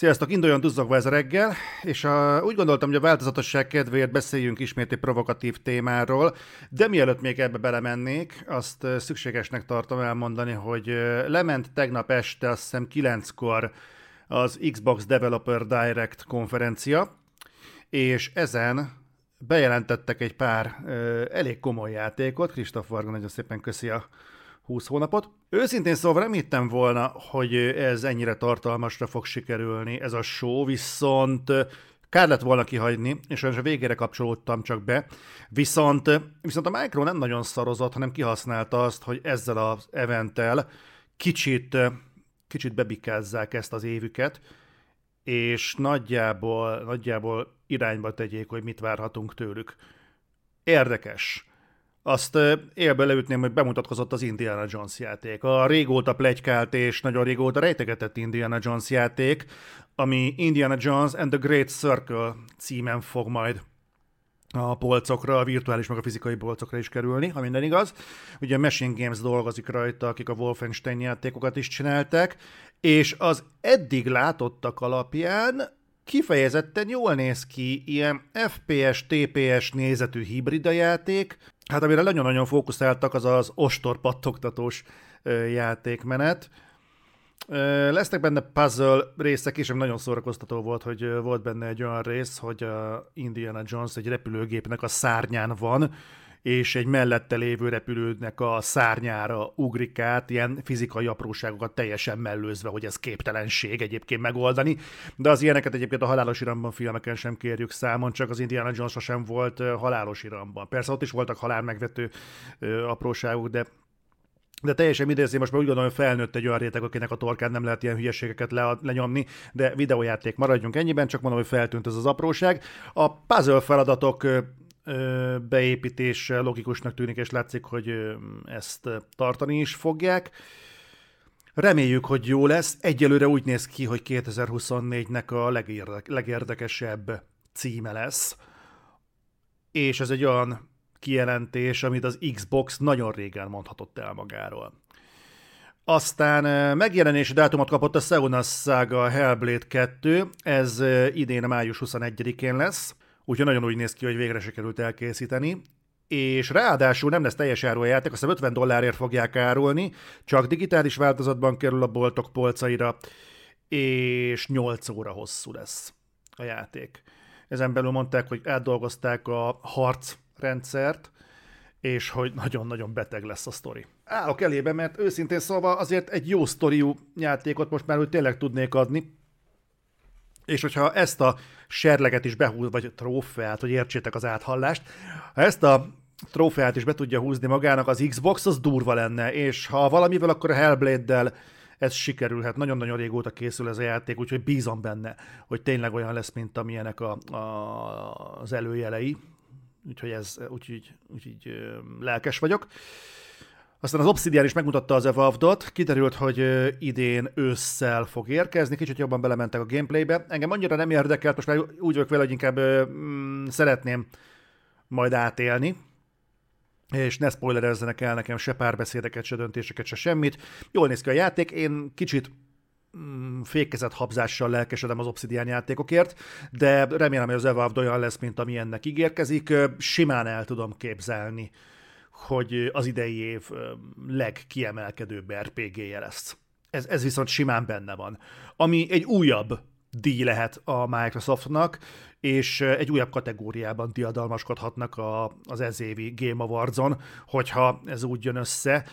Sziasztok, induljon duzzogva ez a reggel, és úgy gondoltam, hogy a változatosság kedvéért beszéljünk ismét egy provokatív témáról, de mielőtt még ebbe belemennék, azt szükségesnek tartom elmondani, hogy lement tegnap este, azt hiszem 9-kor az Xbox Developer Direct konferencia, és ezen bejelentettek egy pár elég komoly játékot. Kristóf Varga, nagyon szépen köszi a 20 hónapot. Őszintén szóval nem hittem volna, hogy ez ennyire tartalmasra fog sikerülni ez a show, viszont kár lett volna kihagyni, és a végére kapcsolódtam csak be. Viszont a Micro nem nagyon szarozott, hanem kihasználta azt, hogy ezzel az eventtel kicsit bebikázzák ezt az évüket, és nagyjából irányba tegyék, hogy mit várhatunk tőlük. Érdekes. Azt élbe leütném, hogy bemutatkozott az Indiana Jones játék. A régóta pletykált és nagyon régóta rejtegetett Indiana Jones játék, ami Indiana Jones and the Great Circle címen fog majd a polcokra, a virtuális meg a fizikai polcokra is kerülni, ha minden igaz. Ugye a Machine Games dolgozik rajta, akik a Wolfenstein játékokat is csinálták, és az eddig látottak alapján kifejezetten jól néz ki, ilyen FPS, TPS nézetű hibrida játék. Hát amire nagyon-nagyon fókuszáltak, az az ostorpattogtatós játékmenet. Lesznek benne puzzle részek is, ami nagyon szórakoztató volt, hogy volt benne egy olyan rész, hogy a Indiana Jones egy repülőgépnek a szárnyán van, és egy mellette lévő repülőnek a szárnyára ugrik át, ilyen fizikai apróságokat teljesen mellőzve, hogy ez képtelenség egyébként megoldani. De az ilyeneket egyébként a Halálos Iramban filmeken sem kérjük számon, csak az Indiana Jones sosem volt Halálos Iramban. Persze ott is voltak halálmegvető apróságok, de teljesen idézni, most már úgy gondolom, hogy felnőtt egy olyan réteg, akinek a torkán nem lehet ilyen hülyeségeket lenyomni, de videójáték, maradjunk ennyiben, csak mondom, hogy feltűnt ez az apróság. A puzzle feladatok beépítése logikusnak tűnik, és látszik, hogy ezt tartani is fogják. Reméljük, hogy jó lesz. Egyelőre úgy néz ki, hogy 2024-nek a legérdekesebb címe lesz. És ez egy olyan kijelentés, amit az Xbox nagyon régen mondhatott el magáról. Aztán megjelenési dátumot kapott a Senua's Saga Hellblade 2, ez idén május 21-én lesz, úgyhogy nagyon úgy néz ki, hogy végre sikerült elkészíteni, és ráadásul nem lesz teljes áru a játék, azt $50 fogják árulni, csak digitális változatban kerül a boltok polcaira, és 8 óra hosszú lesz a játék. Ezen belül mondták, hogy átdolgozták a harcrendszert, és hogy nagyon-nagyon beteg lesz a sztori. Állok elébe, mert őszintén szólva azért egy jó sztoriú játékot most már úgy tényleg tudnék adni, és hogyha ezt a serleget is behúz, vagy trófeát, hogy értsétek az áthallást, ha ezt a trófeát is be tudja húzni magának az Xbox, az durva lenne, és ha valamivel, akkor a Hellblade-del ez sikerülhet. Nagyon-nagyon régóta készül ez a játék, úgyhogy bízom benne, hogy tényleg olyan lesz, mint amilyenek az előjelei. Úgyhogy lelkes vagyok. Aztán az Obsidian is megmutatta az Evolved-ot, kiderült, hogy idén ősszel fog érkezni, kicsit jobban belementek a gameplaybe. Engem annyira nem érdekelt, most már úgy vagyok vele, hogy inkább szeretném majd átélni, és ne spoilerezzenek el nekem se párbeszédeket, se döntéseket, se semmit. Jól néz ki a játék, én kicsit fékezett habzással lelkesedem az Obsidian játékokért, de remélem, hogy az Evolved olyan lesz, mint ami ennek ígérkezik. Simán el tudom képzelni, hogy az idei év legkiemelkedőbb RPG-je lesz. Ez viszont simán benne van. Ami egy újabb díj lehet a Microsoftnak, és egy újabb kategóriában diadalmaskodhatnak az ezévi Game Awards-on, hogyha ez úgy jön össze.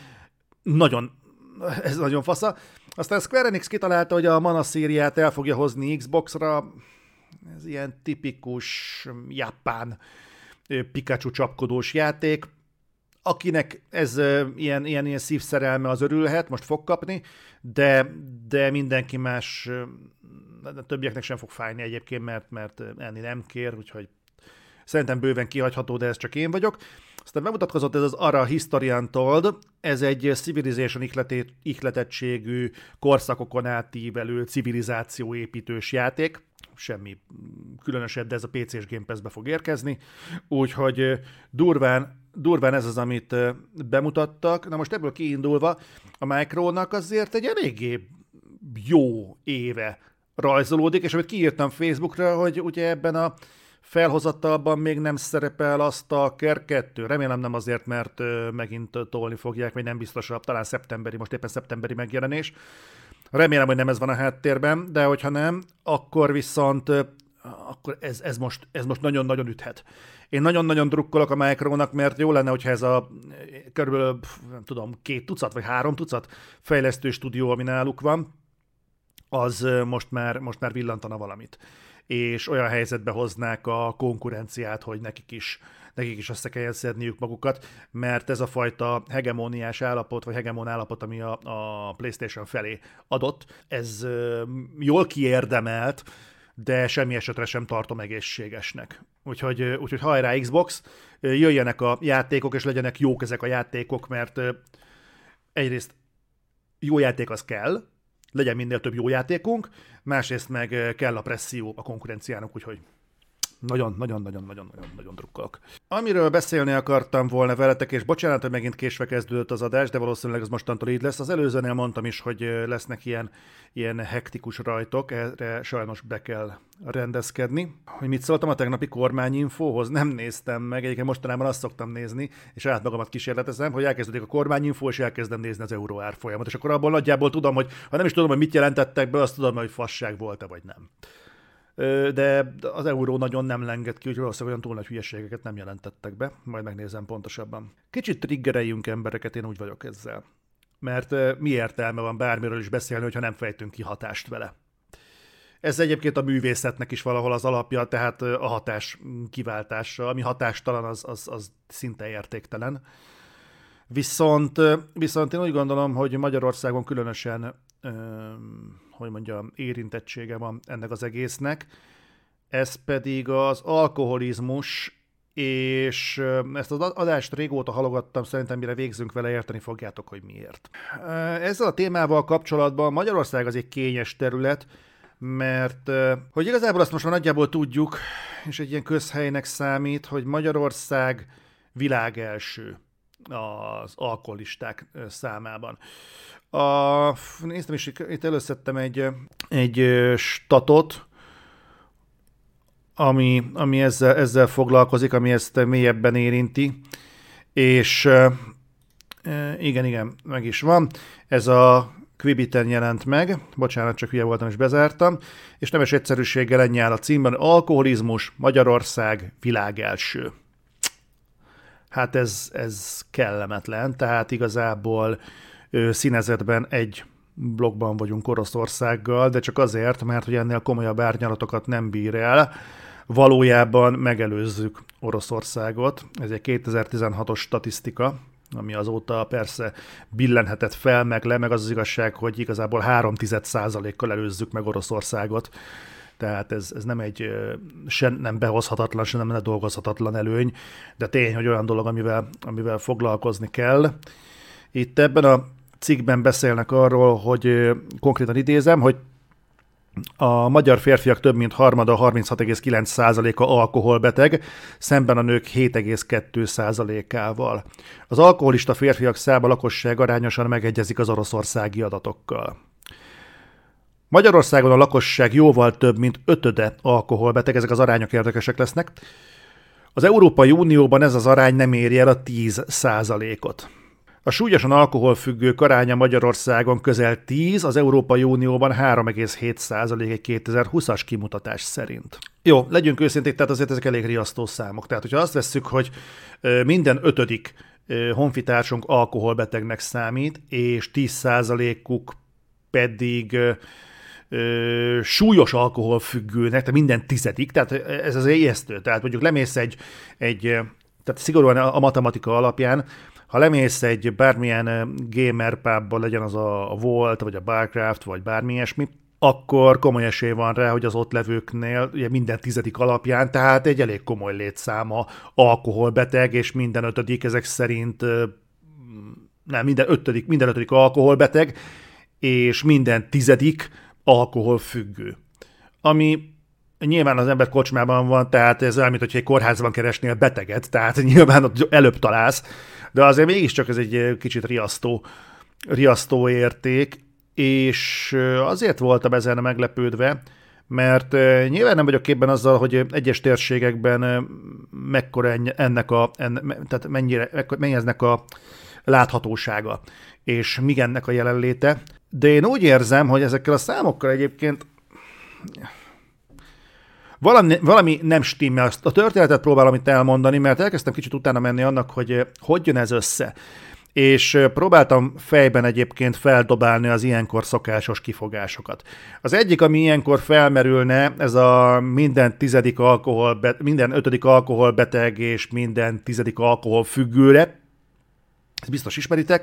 Ez nagyon fasza. Aztán Square Enix kitalálta, hogy a Mana szériát el fogja hozni Xbox-ra. Ez ilyen tipikus japán Pikachu csapkodós játék. Akinek ez ilyen szívszerelme, az örülhet, most fog kapni, de mindenki más, a többieknek sem fog fájni egyébként, mert enni nem kér, úgyhogy szerintem bőven kihagyható, de ez csak én vagyok. Aztán bemutatkozott ez az Ara History Untold, ez egy Civilization ihletettségű, korszakokon átívelő civilizációépítős játék. Semmi különösebb, de ez a PC és Game Pass-be fog érkezni. Úgyhogy durván ez az, amit bemutattak. Na most ebből kiindulva a Micronak azért egy eléggé jó éve rajzolódik, és amit kiírtam Facebookra, hogy ugye ebben a felhozatalban még nem szerepel Stalker 2. Remélem nem azért, mert megint tolni fogják, vagy nem biztosabb, talán szeptemberi, most éppen szeptemberi megjelenés. Remélem, hogy nem ez van a háttérben, de hogyha nem, akkor viszont akkor ez most nagyon-nagyon üthet. Én nagyon-nagyon drukkolok a Micronak, mert jó lenne, hogyha ez a körülbelül, nem tudom, 2 tucat vagy 3 tucat fejlesztő stúdió, ami náluk van, az most már villantana valamit. És olyan helyzetbe hoznák a konkurenciát, hogy nekik is össze kell szedniük magukat, mert ez a fajta hegemóniás állapot, vagy hegemon állapot, ami a PlayStation felé adott, ez jól kiérdemelt, de semmi esetre sem tartom egészségesnek. Úgyhogy hajrá Xbox, jöjjenek a játékok, és legyenek jók ezek a játékok, mert egyrészt jó játék az kell, legyen minél több jó játékunk, másrészt meg kell a presszió a konkurenciának, úgyhogy nagyon drukkolok. Amiről beszélni akartam volna veletek, és bocsánat, hogy megint késve kezdődött az adás, de valószínűleg ez mostantól így lesz. Az előzőnél mondtam is, hogy lesznek ilyen hektikus rajtok, erre sajnos be kell rendezkedni. Hogy mit szóltam a tegnapi kormányinfóhoz? Nem néztem meg, egyébként mostanában azt szoktam nézni, és át magamat kísérletezem, hogy elkezdődik a kormányinfó, és elkezdem nézni az euró árfolyamat, és akkor abból nagyjából tudom, hogy ha nem is tudom, hogy mit jelentettek be, azt tudom, hogy fasság volt-e vagy nem. De az euró nagyon nem lengett ki, úgyhogy valószínűleg olyan túl nagy hülyeségeket nem jelentettek be, majd megnézem pontosabban. Kicsit triggereljünk embereket, én úgy vagyok ezzel. Mert mi értelme van bármiről is beszélni, hogyha nem fejtünk ki hatást vele. Ez egyébként a művészetnek is valahol az alapja, tehát a hatás kiváltása, ami hatástalan, az szinte értéktelen. Viszont én úgy gondolom, hogy Magyarországon különösen érintettsége van ennek az egésznek. Ez pedig az alkoholizmus, és ezt az adást régóta halogattam, szerintem mire végzünk vele, érteni fogjátok, hogy miért. Ezzel a témával kapcsolatban Magyarország az egy kényes terület, mert hogy igazából azt most már nagyjából tudjuk, és egy ilyen közhelynek számít, hogy Magyarország világelső az alkoholisták számában. Néztem is, itt előszedtem egy statot, ami ezzel foglalkozik, ami ezt mélyebben érinti, és igen, meg is van. Ez a Quibiten jelent meg, bocsánat, csak hülye voltam és bezártam, és nemes egyszerűséggel ennyi áll a címben: alkoholizmus, Magyarország világelső. Hát ez kellemetlen, tehát igazából színezetben egy blokkban vagyunk Oroszországgal, de csak azért, mert hogy ennél komolyabb árnyalatokat nem bír el. Valójában megelőzzük Oroszországot. Ez egy 2016-os statisztika, ami azóta persze billenhetett fel, meg le, meg az igazság, hogy igazából 0,3%-kal előzzük meg Oroszországot. Tehát ez nem egy se nem behozhatatlan, se nem dolgozhatatlan előny, de tény, hogy olyan dolog, amivel foglalkozni kell. Itt ebben a cikkben beszélnek arról, hogy konkrétan idézem, hogy a magyar férfiak több mint harmada, 36,9%-a alkoholbeteg, szemben a nők 7,2%-ával. Az alkoholista férfiak száma lakosság arányosan megegyezik az oroszországi adatokkal. Magyarországon a lakosság jóval több, mint 1/5 alkoholbeteg, ezek az arányok érdekesek lesznek. Az Európai Unióban ez az arány nem éri el a 10%-ot. A súlyosan alkoholfüggők aránya Magyarországon közel 10, az Európai Unióban 3,7% egy 2020-as kimutatás szerint. Jó, legyünk őszinték, tehát azért ezek elég riasztó számok. Tehát, hogyha azt vesszük, hogy minden 5. honfitársunk alkoholbetegnek számít, és 10%-uk pedig súlyos alkoholfüggőnek, tehát minden 10, tehát ez az ijesztő. Tehát mondjuk lemész tehát szigorúan a matematika alapján, ha lemész egy bármilyen gamer pubba, legyen az a Volt, vagy a Barcraft, vagy bármi ilyesmi, akkor komoly esély van rá, hogy az ott levőknél ugye minden 10 alapján, tehát egy elég komoly létszáma alkoholbeteg, és minden 5. ezek szerint, nem, minden 5. alkoholbeteg, és minden 10. alkoholfüggő. Ami nyilván az ember kocsmában van, tehát ez olyan, mintha egy kórházban keresnél beteget, tehát nyilván ott előbb találsz, de azért mégiscsak ez egy kicsit riasztó érték, és azért voltam ezen meglepődve, mert nyilván nem vagyok képben azzal, hogy egyes térségekben mekkora tehát mennyi eznek a láthatósága, és mi ennek a jelenléte. De én úgy érzem, hogy ezekkel a számokkal egyébként valami nem stimmel. A történetet próbálom itt elmondani, mert elkezdtem kicsit utána menni annak, hogy jön ez össze. És próbáltam fejben egyébként feldobálni az ilyenkor szokásos kifogásokat. Az egyik, ami ilyenkor felmerülne, ez a minden ötödik alkoholbeteg és minden 10. alkoholfüggőre. Ezt biztos ismeritek,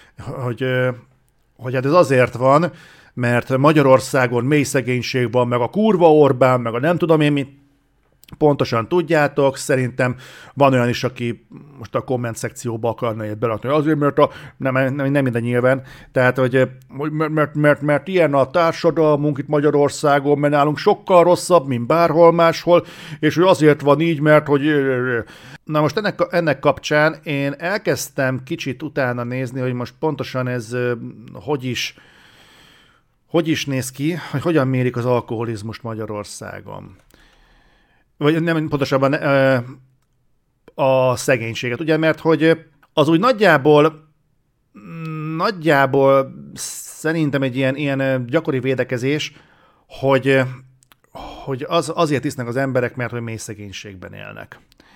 hogy hát ez azért van, mert Magyarországon mély szegénység van, meg a kurva Orbán, meg a nem tudom én mi. Pontosan tudjátok, szerintem van olyan is, aki most a komment szekcióba akarna ilyet berakni. Azért, mert nem minden nyilván. Tehát, hogy mert ilyen a társadalmunk itt Magyarországon, mert nálunk sokkal rosszabb, mint bárhol máshol, és hogy azért van így, mert hogy... Na most ennek kapcsán én elkezdtem kicsit utána nézni, hogy most pontosan ez hogy is néz ki, hogy hogyan mérik az alkoholizmust Magyarországon. Vagy nem, pontosabban a szegénységet, ugye, mert hogy az úgy nagyjából szerintem egy ilyen gyakori védekezés, hogy azért isznak az emberek, mert hogy mély szegénységben élnek.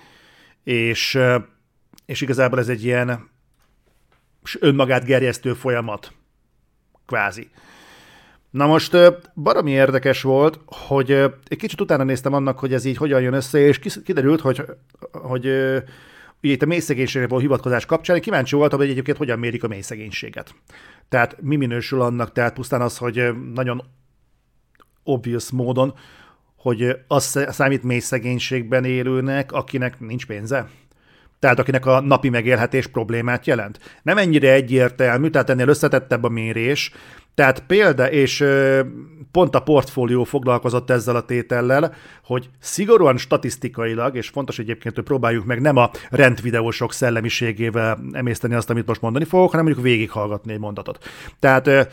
És igazából ez egy ilyen önmagát gerjesztő folyamat, kvázi. Na most baromi érdekes volt, hogy egy kicsit utána néztem annak, hogy ez így hogyan jön össze, és kiderült, hogy ugye itt a mélyszegénységre való hivatkozás kapcsán kíváncsi voltam, hogy egyébként hogyan mérik a mélyszegénységet. Tehát mi minősül annak, tehát pusztán az, hogy nagyon obvious módon, hogy az számít mélyszegénységben élőnek, akinek nincs pénze. Tehát akinek a napi megélhetés problémát jelent. Nem ennyire egyértelmű, tehát ennél összetettebb a mérés. Tehát és pont a portfólió foglalkozott ezzel a tétellel, hogy szigorúan statisztikailag, és fontos egyébként, hogy próbáljuk meg nem a rendvideósok szellemiségével emészteni azt, amit most mondani fogok, hanem mondjuk végighallgatni egy mondatot. Tehát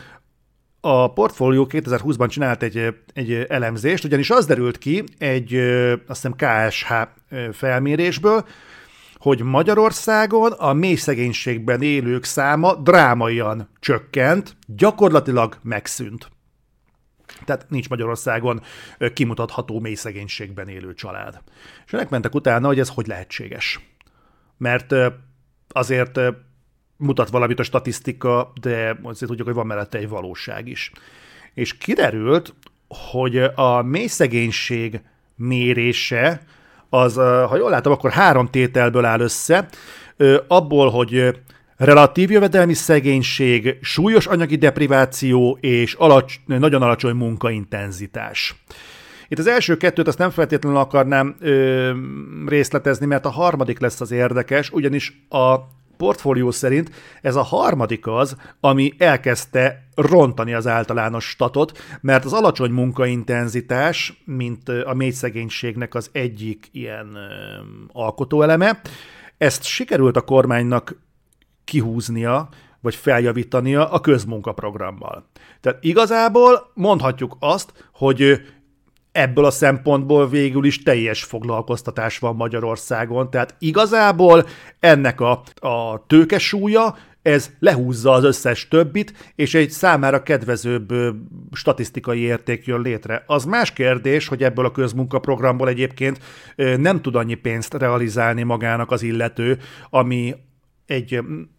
a portfólió 2020-ban csinált egy elemzést, ugyanis az derült ki egy, azt hiszem, KSH felmérésből, hogy Magyarországon a mély szegénységben élők száma drámaian csökkent, gyakorlatilag megszűnt. Tehát nincs Magyarországon kimutatható mély szegénységben élő család. És ennek mentek utána, hogy ez hogy lehetséges. Mert azért mutat valamit a statisztika, de azért tudjuk, hogy van mellette egy valóság is. És kiderült, hogy a mély szegénység mérése az, ha jól látom, akkor 3 tételből áll össze, abból, hogy relatív jövedelmi szegénység, súlyos anyagi depriváció és nagyon alacsony munkaintenzitás. Itt az első 2-t azt nem feltétlenül akarnám részletezni, mert a harmadik lesz az érdekes, ugyanis a portfólió szerint ez a harmadik az, ami elkezdte rontani az általános statot, mert az alacsony munkaintenzitás, mint a mély szegénységnek az egyik ilyen alkotóeleme, ezt sikerült a kormánynak kihúznia, vagy feljavítania a közmunkaprogrammal. Tehát igazából mondhatjuk azt, hogy ebből a szempontból végül is teljes foglalkoztatás van Magyarországon, tehát igazából ennek a tőkesúlya, ez lehúzza az összes többit, és egy számára kedvezőbb statisztikai érték jön létre. Az más kérdés, hogy ebből a közmunkaprogramból egyébként nem tud annyi pénzt realizálni magának az illető, ami egy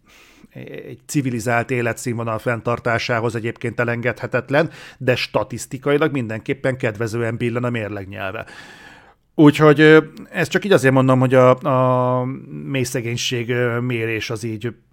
civilizált életszínvonal fenntartásához egyébként elengedhetetlen, de statisztikailag mindenképpen kedvezően billen a mérlegnyelve. Úgyhogy ezt csak így azért mondom, hogy a mélyszegénység mérés az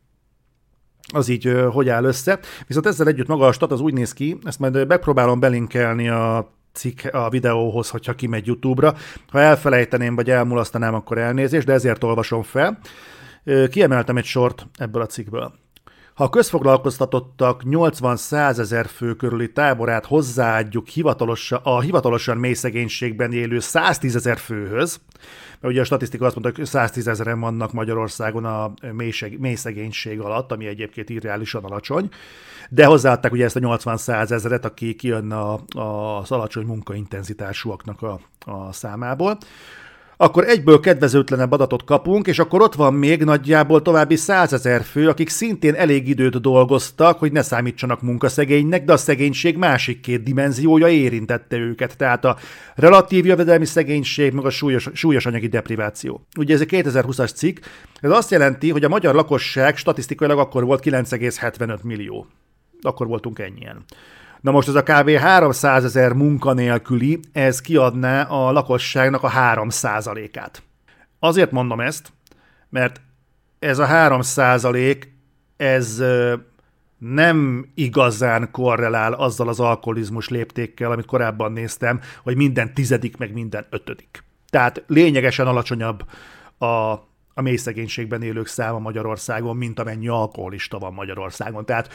így hogy áll össze. Viszont ezzel együtt maga a stat az úgy néz ki, ezt majd megpróbálom belinkelni a videóhoz, hogyha kimegy YouTube-ra. Ha elfelejteném, vagy elmulasztanám, akkor elnézést, de ezért olvasom fel. Kiemeltem egy sort ebből a cikkből. Ha a közfoglalkoztatottak 80-100 ezer fő körüli táborát hozzáadjuk a hivatalosan mély szegénységben élő 110 ezer főhöz, mert ugye a statisztika azt mondta, hogy 110 ezeren vannak Magyarországon a mély szegénység alatt, ami egyébként irreálisan alacsony, de hozzáadták ugye ezt a 80-100 ezeret, aki kijönne az alacsony munkaintenzitásúaknak a számából, akkor egyből kedvezőtlenebb adatot kapunk, és akkor ott van még nagyjából további 100 ezer fő, akik szintén elég időt dolgoztak, hogy ne számítsanak munkaszegénynek, de a szegénység másik két dimenziója érintette őket, tehát a relatív jövedelmi szegénység, meg a súlyos anyagi depriváció. Ugye ez egy 2020-as cikk, ez azt jelenti, hogy a magyar lakosság statisztikailag akkor volt 9,75 millió. Akkor voltunk ennyien. Na most ez a kb. 300 ezer munkanélküli, ez kiadná a lakosságnak a 3%-át. Azért mondom ezt, mert ez a 3%, ez nem igazán korrelál azzal az alkoholizmus léptékkel, amit korábban néztem, hogy minden 10. meg minden 5. Tehát lényegesen alacsonyabb a mély szegénységben élők száma Magyarországon, mint amennyi alkoholista van Magyarországon. Tehát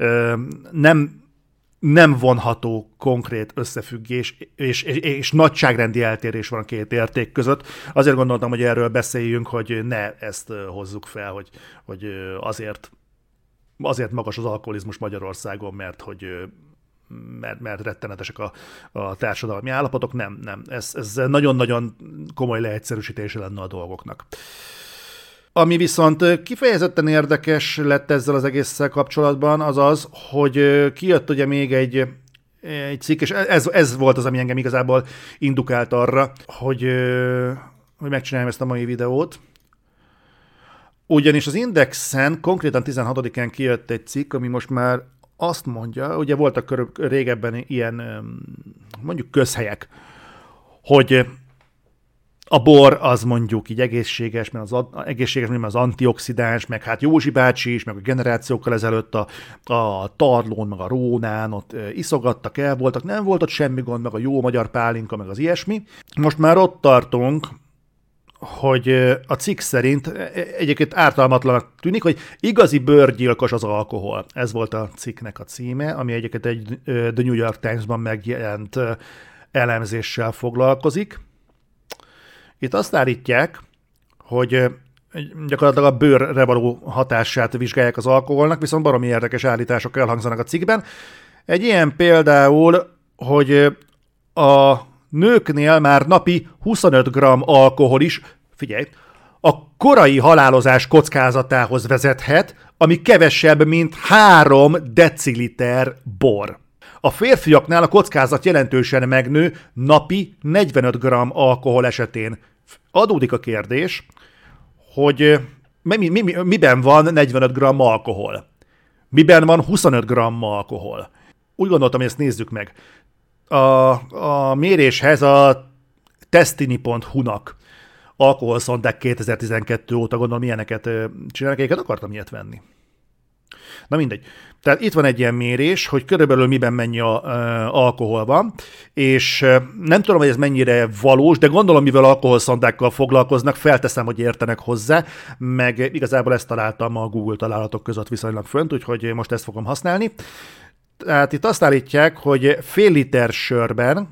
nem vonható konkrét összefüggés, és nagyságrendi eltérés van a két érték között. Azért gondoltam, hogy erről beszéljünk, hogy ne ezt hozzuk fel, hogy azért magas az alkoholizmus Magyarországon, mert rettenetesek a társadalmi állapotok. Nem. Ez nagyon-nagyon komoly leegyszerűsítése lenne a dolgoknak. Ami viszont kifejezetten érdekes lett ezzel az egésszel kapcsolatban, az az, hogy kijött ugye még egy cikk, és ez volt az, ami engem igazából indukált arra, hogy megcsináljam ezt a mai videót. Ugyanis az Indexen konkrétan 16-án kijött egy cikk, ami most már azt mondja, ugye voltak régebben ilyen mondjuk közhelyek, hogy a bor az mondjuk így egészséges, mert az antioxidáns, meg hát Józsi bácsi is, meg a generációkkal ezelőtt a Tarlón, meg a Rónán ott iszogattak, el voltak, nem volt ott semmi gond, meg a jó magyar pálinka, meg az ilyesmi. Most már ott tartunk, hogy a cikk szerint egyébként ártalmatlanak tűnik, hogy igazi bőrgyilkos az alkohol. Ez volt a cikknek a címe, ami egyébként egy The New York Times-ban megjelent elemzéssel foglalkozik. Itt azt állítják, hogy gyakorlatilag a bőrre való hatását vizsgálják az alkoholnak, viszont baromi érdekes állítások elhangzanak a cikkben. Egy ilyen például, hogy a nőknél már napi 25 g alkohol is, figyelj, a korai halálozás kockázatához vezethet, ami kevesebb, mint 3 deciliter bor. A férfiaknál a kockázat jelentősen megnő napi 45 g alkohol esetén. Adódik a kérdés, hogy miben van 45 g alkohol? Miben van 25 g alkohol? Úgy gondoltam, hogy ezt nézzük meg. A méréshez a testini.hu-nak alkoholszondák 2012 óta, gondolom, ilyeneket csinálnak, éket akartam ilyet venni. Na mindegy. Tehát itt van egy ilyen mérés, hogy körülbelül miben mennyi alkohol van, és nem tudom, hogy ez mennyire valós, de gondolom, mivel alkoholszondákkal foglalkoznak, felteszem, hogy értenek hozzá, meg igazából ezt találtam a Google találatok között viszonylag fönt, úgyhogy most ezt fogom használni. Tehát itt azt állítják, hogy fél liter sörben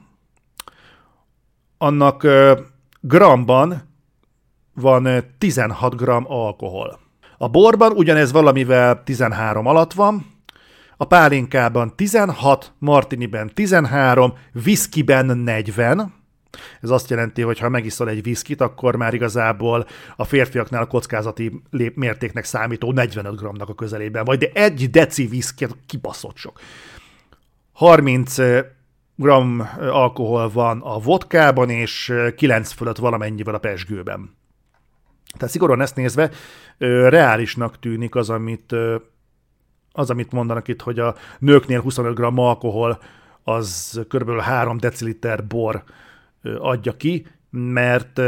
annak gramban van 16 g alkohol. A borban ugyanez valamivel 13 alatt van, a pálinkában 16, martiniben 13, viszkiben 40. Ez azt jelenti, hogy ha megiszol egy viszkit, akkor már igazából a férfiaknál a kockázati mértéknek számító 45 g-nak a közelében vagy, de egy deci viszki kibaszott sok. 30 g alkohol van a vodkában, és 9 fölött valamennyivel a pezsgőben. Tehát szigorúan ezt nézve reálisnak tűnik az, amit mondanak itt, hogy a nőknél 25 g alkohol az kb. 3 deciliter bor adja ki, mert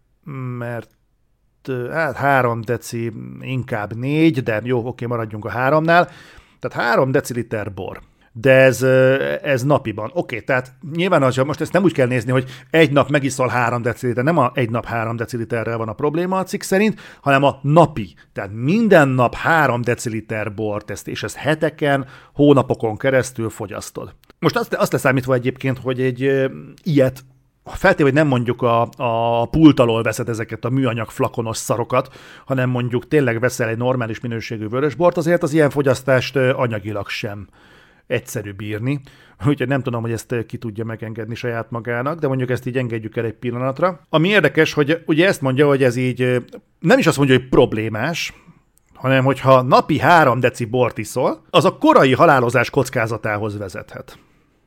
hát 3 deci, inkább 4, de jó, oké, maradjunk a 3-nál. Tehát 3 deciliter bor. de ez napiban. Oké, tehát nyilván most ezt nem úgy kell nézni, hogy egy nap megiszol 3 deciliter, nem egy nap 3 deciliterrel van a probléma a cikk szerint, hanem a napi. Tehát minden nap 3 deciliter bort, és ezt heteken, hónapokon keresztül fogyasztod. Most azt leszámítva egyébként, hogy egy ilyet feltéve, hogy nem mondjuk a pult alól veszed ezeket a műanyag flakonos szarokat, hanem mondjuk tényleg veszel egy normális minőségű vörösbort, azért az ilyen fogyasztást anyagilag sem egyszerű bírni. Úgyhogy nem tudom, hogy ezt ki tudja megengedni saját magának, de mondjuk ezt így engedjük el egy pillanatra. Ami érdekes, hogy ugye ezt mondja, hogy ez így nem is azt mondja, hogy problémás, hanem hogyha napi 3 deci bort iszol, az a korai halálozás kockázatához vezethet.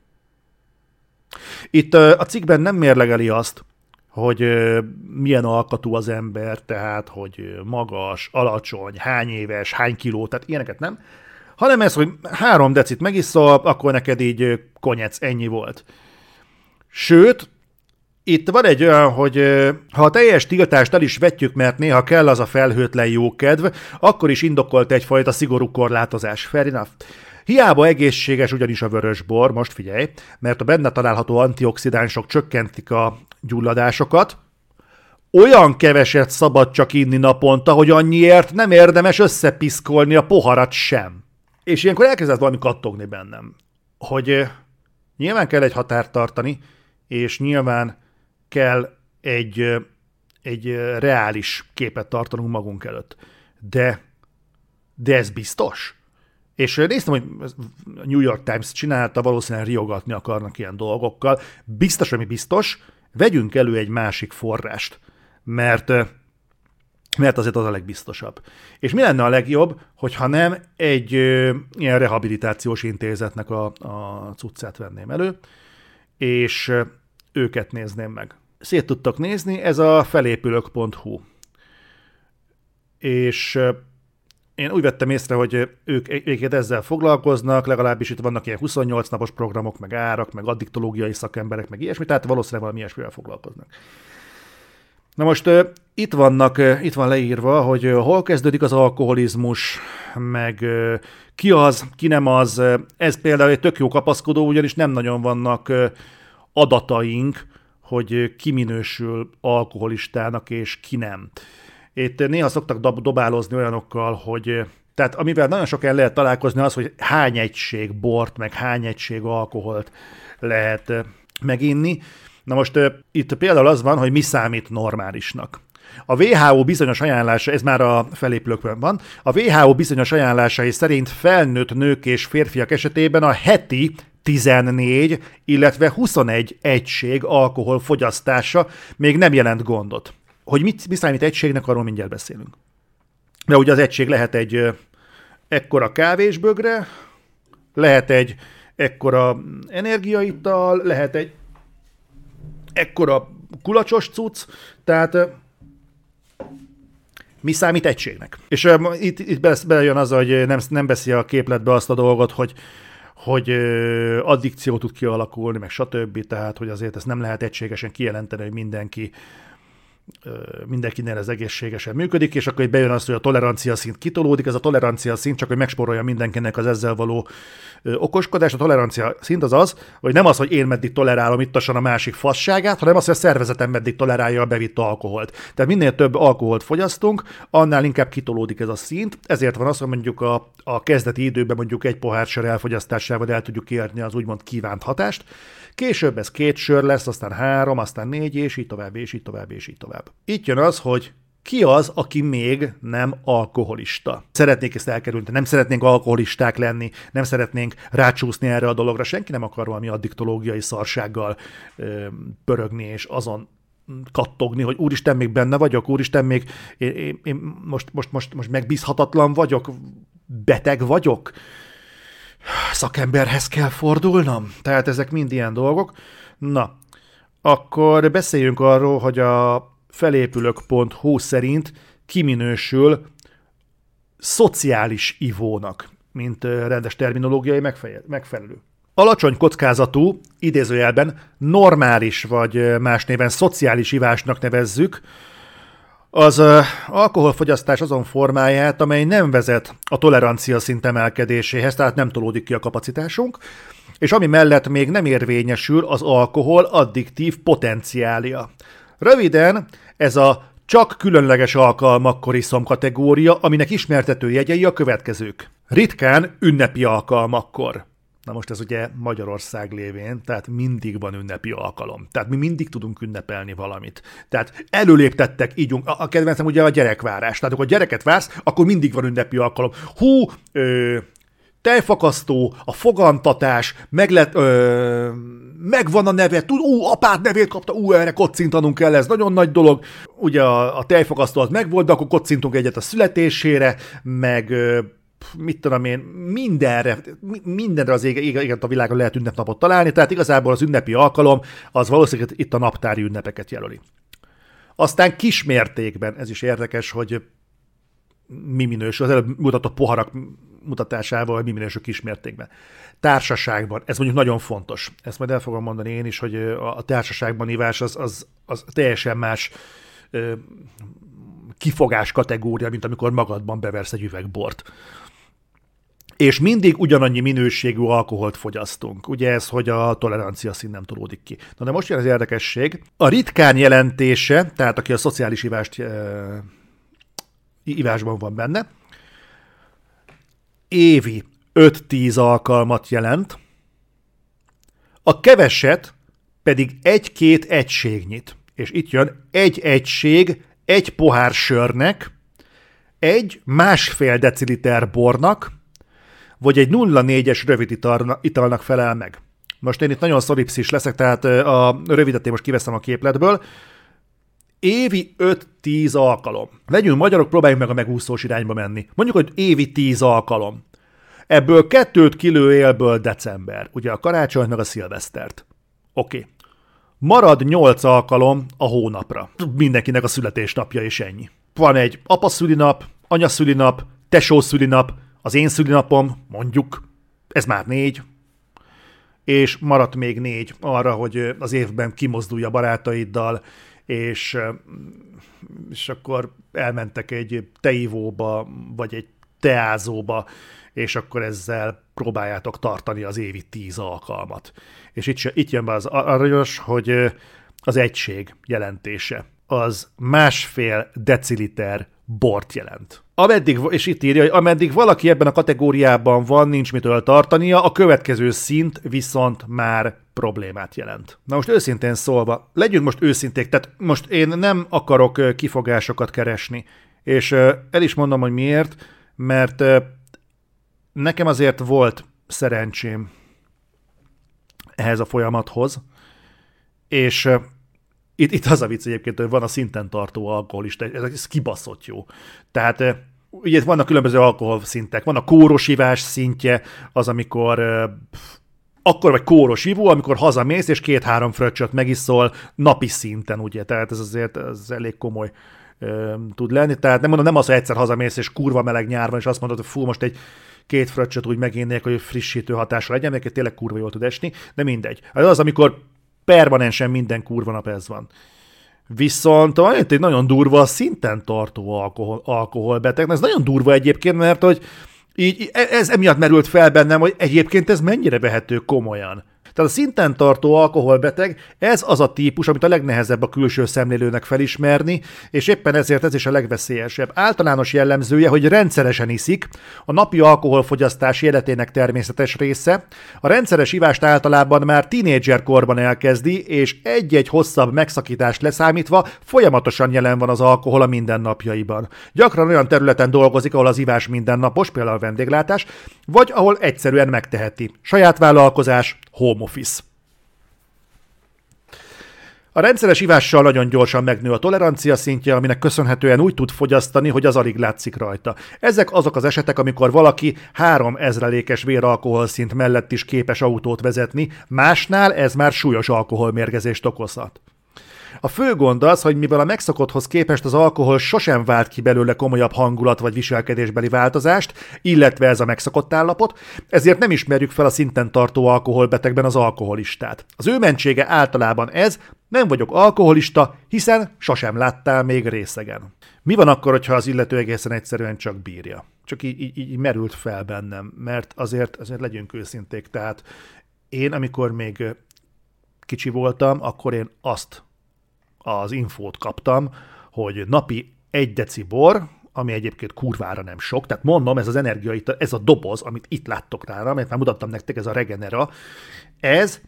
Itt a cikkben nem mérlegeli azt, hogy milyen alkatú az ember, tehát hogy magas, alacsony, hány éves, hány kiló, tehát ilyeneket nem, hanem ez, hogy 3 decit megiszol, akkor neked így konyec, ennyi volt. Sőt, itt van egy olyan, hogy ha a teljes tiltást el is vetjük, mert néha kell az a felhőtlen jókedv, akkor is indokolt egyfajta szigorú korlátozás. Fair enough. Hiába egészséges ugyanis a vörösbor, most figyelj, mert a benne található antioxidánsok csökkentik a gyulladásokat, olyan keveset szabad csak inni naponta, hogy annyiért nem érdemes összepiszkolni a poharat sem. És ilyenkor elkezdett valami kattogni bennem, hogy nyilván kell egy határt tartani, és nyilván kell egy reális képet tartanunk magunk előtt. De ez biztos? És néztem, hogy a New York Times csinálta, valószínűleg riogatni akarnak ilyen dolgokkal. Biztos, ami biztos, vegyünk elő egy másik forrást, mert azért az a legbiztosabb. És mi lenne a legjobb, hogyha nem egy ilyen rehabilitációs intézetnek a cuccát venném elő, és őket nézném meg. Szét tudtak nézni, ez a felépülök.hu. És én úgy vettem észre, hogy ők ezzel foglalkoznak, legalábbis itt vannak ilyen 28 napos programok, meg árak, meg addiktológiai szakemberek, meg ilyesmi, tehát valószínűleg valami ilyesmivel foglalkoznak. Na most itt van leírva, hogy hol kezdődik az alkoholizmus, meg ki az, ki nem az. Ez például egy tök jó kapaszkodó, ugyanis nem nagyon vannak adataink, hogy ki minősül alkoholistának és ki nem. Itt néha szoktak dobálozni olyanokkal, hogy tehát amivel nagyon sokan lehet találkozni az, hogy hány egység bort, meg hány egység alkoholt lehet meginni. Na most itt például az van, hogy mi számít normálisnak. A WHO bizonyos ajánlása, ez már a felépülőkben van, a WHO bizonyos ajánlásai szerint felnőtt nők és férfiak esetében a heti 14, illetve 21 egység alkohol fogyasztása még nem jelent gondot. Hogy mi számít egységnek, arról mindjárt beszélünk. De ugye az egység lehet egy ekkora kávésbögre, lehet egy ekkora energiaital, lehet egy ekkora kulacsos cucc, tehát mi számít egységnek. És itt belejön az, hogy nem veszi a képletbe azt a dolgot, hogy addikció tud kialakulni, meg stb. Tehát, hogy azért ezt nem lehet egységesen kijelenteni, hogy mindenkinél ez egészségesen működik, és akkor itt bejön az, hogy a tolerancia szint kitolódik, ez a tolerancia szint csak, hogy megspórolja mindenkinek az ezzel való okoskodás. A tolerancia szint az, hogy nem az, hogy én meddig tolerálom ittasan a másik fasságát, hanem az, hogy a szervezetem meddig tolerálja a bevitt alkoholt. Tehát minél több alkoholt fogyasztunk, annál inkább kitolódik ez a szint, ezért van az, hogy mondjuk a kezdeti időben mondjuk egy pohár sör elfogyasztásával el tudjuk érni az úgymond kívánt hatást. Később ez 2 sör lesz, aztán 3, aztán 4, és így tovább, és így tovább, és így tovább. Itt jön az, hogy ki az, aki még nem alkoholista. Szeretnék ezt elkerülni, nem szeretnénk alkoholisták lenni, nem szeretnénk rácsúszni erre a dologra, senki nem akar valami addiktológiai szarsággal pörögni, és azon kattogni, hogy úristen, még benne vagyok, úristen, még én most megbízhatatlan vagyok, beteg vagyok, szakemberhez kell fordulnom? Tehát ezek mind ilyen dolgok. Na, akkor beszéljünk arról, hogy a felépülök.hu szerint kiminősül szociális ivónak, mint rendes terminológiai megfelelő. Alacsony kockázatú, idézőjelben normális vagy más néven szociális ivásnak nevezzük az alkoholfogyasztás azon formáját, amely nem vezet a tolerancia szint emelkedéséhez, tehát nem tolódik ki a kapacitásunk, és ami mellett még nem érvényesül az alkohol addiktív potenciálja. Röviden, ez a csak különleges alkalmakkor iszom kategória, aminek ismertető jegyei a következők. Ritkán ünnepi alkalmakkor. Na most ez ugye Magyarország lévén, tehát mindig van ünnepi alkalom. Tehát mi mindig tudunk ünnepelni valamit. Tehát előléptettek, ígyunk. A kedvencem ugye a gyerekvárás. Tehát amikor gyereket vársz, akkor mindig van ünnepi alkalom. Tejfakasztó, a fogantatás, megvan a neve, apád nevét kapta, erre kocintanunk kell, ez nagyon nagy dolog. Ugye a tejfakasztó az megvolt, de akkor kocintunk egyet a születésére, meg mit tudom én, mindenre az éget a világon lehet ünnepnapot találni, tehát igazából az ünnepi alkalom az valószínűleg itt a naptári ünnepeket jelöli. Aztán kismértékben, ez is érdekes, hogy mi minősül, az előbb mutatott poharak mutatásával, hogy mi minősül kismértékben. Társaságban, ez mondjuk nagyon fontos. Ezt majd el fogom mondani én is, hogy a társaságban ivás az teljesen más kifogás kategória, mint amikor magadban beversz egy üveg bort. És mindig ugyanannyi minőségű alkoholt fogyasztunk. Ugye ez, hogy a tolerancia szint nem tolódik ki. Na de most jön az érdekesség. A ritkán jelentése, tehát aki a szociális ivásban van benne, évi 5-10 alkalmat jelent, a keveset pedig 1-2 egységnyit. És itt jön egy egység, egy pohár sörnek, 1,5 deciliter bornak, vagy egy 0,4-es rövid italnak felel meg. Most én itt nagyon szoripszis leszek, tehát a rövidet én most kiveszem a képletből. Évi 5-10 alkalom. Legyünk magyarok, próbáljunk meg a megúszós irányba menni. Mondjuk, hogy évi 10 alkalom. Ebből 2 kilőélből december. Ugye a karácsonyt meg a szilvesztert. Oké. Marad 8 alkalom a hónapra. Mindenkinek a születésnapja és ennyi. Van egy apaszülinap, anyaszülinap, tesószülinap, az én szülinapom, mondjuk, ez már 4, és maradt még 4 arra, hogy az évben kimozdulj a barátaiddal, és akkor elmentek egy teivóba, vagy egy teázóba, és akkor ezzel próbáljátok tartani az évi 10 alkalmat. És itt jön be az aranyos, hogy az egység jelentése az 1,5 deciliter bort jelent. És itt írja, hogy ameddig valaki ebben a kategóriában van, nincs mitől tartania, a következő szint viszont már problémát jelent. Na most őszintén szólva, legyünk most őszinték, tehát most én nem akarok kifogásokat keresni, és el is mondom, hogy miért, mert nekem azért volt szerencsém ehhez a folyamathoz, és itt az a vicc egyébként, hogy van a szinten tartó alkoholista, ez kibaszott jó. Tehát ugye vannak különböző alkoholszintek, van a kóros ivás szintje, az amikor akkor vagy kóros ivó, amikor hazamész, és 2-3 fröccsöt megiszol napi szinten, ugye, tehát ez azért ez elég komoly tud lenni, tehát nem az, hogy egyszer hazamész, és kurva meleg nyár van, és azt mondod, hogy fú, most egy 2 fröccsöt úgy megénnék, hogy frissítő hatása legyen, mert tényleg kurva jól tud esni, de mindegy. Az, amikor permanensen minden kurva nap ez van. Viszont egy nagyon durva szinten tartó alkoholbeteg. Ez nagyon durva egyébként, mert hogy így ez emiatt merült fel bennem, hogy egyébként ez mennyire vehető komolyan. Tehát a szinten tartó alkoholbeteg, ez az a típus, amit a legnehezebb a külső szemlélőnek felismerni, és éppen ezért ez is a legveszélyesebb. Általános jellemzője, hogy rendszeresen iszik, a napi alkoholfogyasztás életének természetes része. A rendszeres ivást általában már tínédzserkorban elkezdi, és egy-egy hosszabb megszakítást leszámítva folyamatosan jelen van az alkohol a mindennapjaiban. Gyakran olyan területen dolgozik, ahol az ivás mindennapos, például a vendéglátás, vagy ahol egyszerűen megteheti. Saját vállalkozás, home office. A rendszeres ivással nagyon gyorsan megnő a tolerancia szintje, aminek köszönhetően úgy tud fogyasztani, hogy az alig látszik rajta. Ezek azok az esetek, amikor valaki 3000-es véralkoholszint mellett is képes autót vezetni, másnál ez már súlyos alkoholmérgezést okozhat. A fő gond az, hogy mivel a megszokotthoz képest az alkohol sosem vált ki belőle komolyabb hangulat vagy viselkedésbeli változást, illetve ez a megszokott állapot, ezért nem ismerjük fel a szinten tartó alkoholbetegben az alkoholistát. Az ő mentsége általában ez, nem vagyok alkoholista, hiszen sosem láttál még részegen. Mi van akkor, hogyha az illető egészen egyszerűen csak bírja? Csak így merült fel bennem, mert azért legyünk őszinték. Tehát én, amikor még kicsi voltam, akkor én azt az infót kaptam, hogy napi 1 deci bor, ami egyébként kurvára nem sok, tehát mondom, ez az energiaital, ez a doboz, amit itt láttok nála, amit már mutattam nektek, ez a Regenera, ez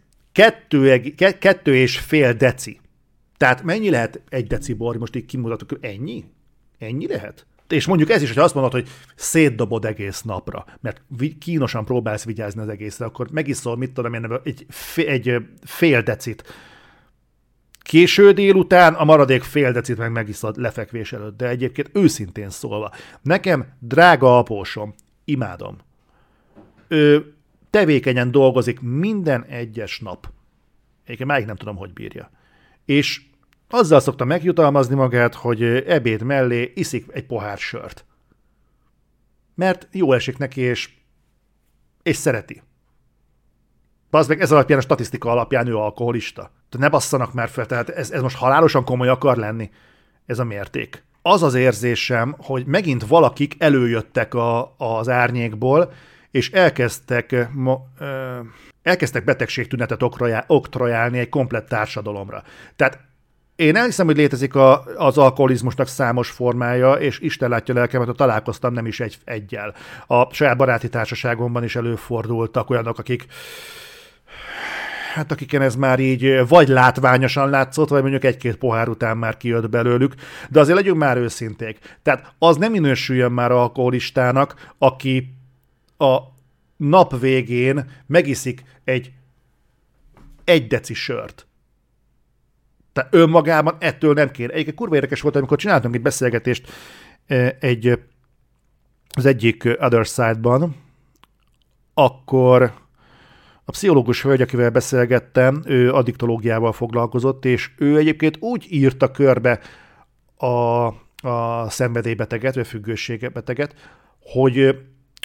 2,5 deci. Tehát mennyi lehet 1 deci bor, most így kimutatok, ennyi? Ennyi lehet? És mondjuk ez is, hogy azt mondod, hogy szétdobod egész napra, mert kínosan próbálsz vigyázni az egészre, akkor megiszol, mit tudom én, egy fél decit. Késő délután a maradék fél decit megiszod lefekvés előtt, de egyébként őszintén szólva, nekem drága apósom, imádom. Ő tevékenyen dolgozik minden egyes nap. Egyébként máig nem tudom, hogy bírja. És azzal szokta megjutalmazni magát, hogy ebéd mellé iszik egy pohár sört. Mert jó esik neki, és szereti. Bazd meg, ez alapján, a statisztika alapján ő alkoholista. Tehát ne basszanak már fel, tehát ez most halálosan komoly akar lenni, ez a mérték. Az az érzésem, hogy megint valakik előjöttek az árnyékból, és elkezdtek betegségtünetet oktrojálni egy komplett társadalomra. Tehát én elhiszem, hogy létezik az alkoholizmusnak számos formája, és Isten látja lelkemet, hogy találkoztam nem is egyel. A saját baráti társaságomban is előfordultak olyanok, akiken ez már így vagy látványosan látszott, vagy mondjuk 1-2 pohár után már kijött belőlük, de azért legyünk már őszinték. Tehát az nem minősüljön már alkoholistának, aki a nap végén megiszik egy 1 deci sört. Tehát önmagában ettől nem kéne. Egyébként kurva érdekes volt, amikor csináltunk egy beszélgetést az egyik Other Side-ban, akkor a pszichológus hölgy, akivel beszélgettem, ő addiktológiával foglalkozott, és ő egyébként úgy írta körbe a szenvedélybeteget, vagy függőségbeteget, hogy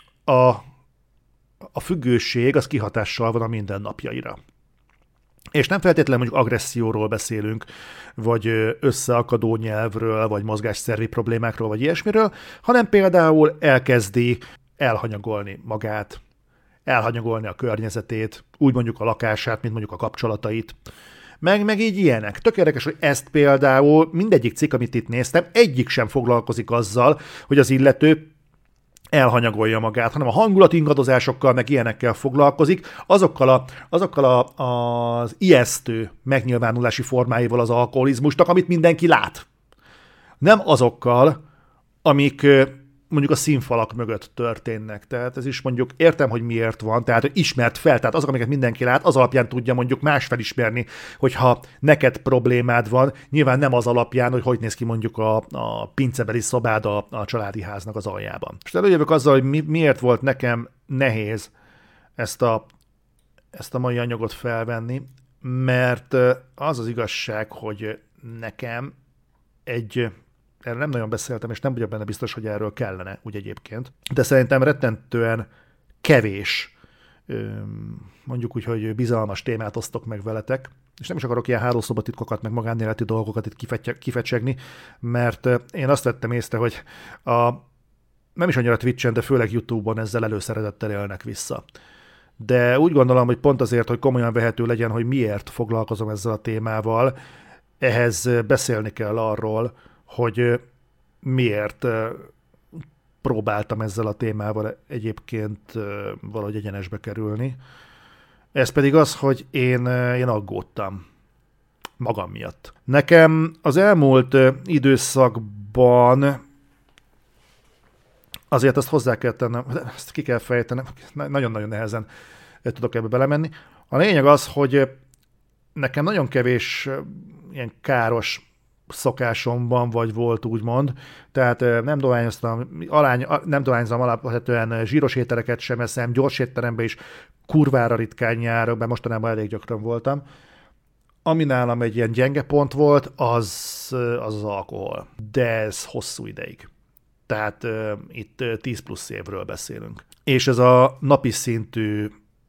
a függőség az kihatással van a mindennapjaira. És nem feltétlenül mondjuk agresszióról beszélünk, vagy összeakadó nyelvről, vagy mozgásszervi problémákról, vagy ilyesmiről, hanem például elkezdi elhanyagolni magát, elhanyagolni a környezetét, úgy mondjuk a lakását, mint mondjuk a kapcsolatait, meg így ilyenek. Tök érdekes, hogy ezt például mindegyik cikk, amit itt néztem, egyik sem foglalkozik azzal, hogy az illető elhanyagolja magát, hanem a hangulatingadozásokkal, meg ilyenekkel foglalkozik, azokkal az ijesztő megnyilvánulási formáival az alkoholizmusnak, amit mindenki lát. Nem azokkal, amik mondjuk a színfalak mögött történnek. Tehát ez is mondjuk értem, hogy miért van, tehát hogy ismert fel, tehát azok, amiket mindenki lát, az alapján tudja mondjuk más felismerni, hogyha neked problémád van, nyilván nem az alapján, hogy néz ki mondjuk a pincebeli szobád a családi háznak az aljában. És előjövök azzal, hogy miért volt nekem nehéz ezt a mai anyagot felvenni, mert az az igazság, hogy nekem erről nem nagyon beszéltem, és nem vagyok benne biztos, hogy erről kellene, úgy egyébként. De szerintem rettentően kevés, mondjuk úgy, hogy bizalmas témát osztok meg veletek, és nem is akarok ilyen hálószobatitkokat, meg magánéleti dolgokat itt kifecsegni, mert én azt vettem észre, hogy nem is annyira Twitchen, de főleg YouTube-on ezzel előszeretettel élnek vissza. De úgy gondolom, hogy pont azért, hogy komolyan vehető legyen, hogy miért foglalkozom ezzel a témával, ehhez beszélni kell arról, hogy miért próbáltam ezzel a témával egyébként valahogy egyenesbe kerülni. Ez pedig az, hogy én aggódtam magam miatt. Nekem az elmúlt időszakban azért azt hozzá kell tennem, ezt ki kell fejtenem, nagyon-nagyon nehezen tudok ebbe belemenni. A lényeg az, hogy nekem nagyon kevés ilyen káros szokásomban, vagy volt úgymond, tehát nem dohányzom alapvetően zsíros ételeket sem eszem, gyors étteremben is kurvára ritkán járok, bár mostanában elég gyakran voltam. Ami nálam egy ilyen gyenge pont volt, az alkohol. De ez hosszú ideig. Tehát itt 10 plusz évről beszélünk. És ez a napi szintű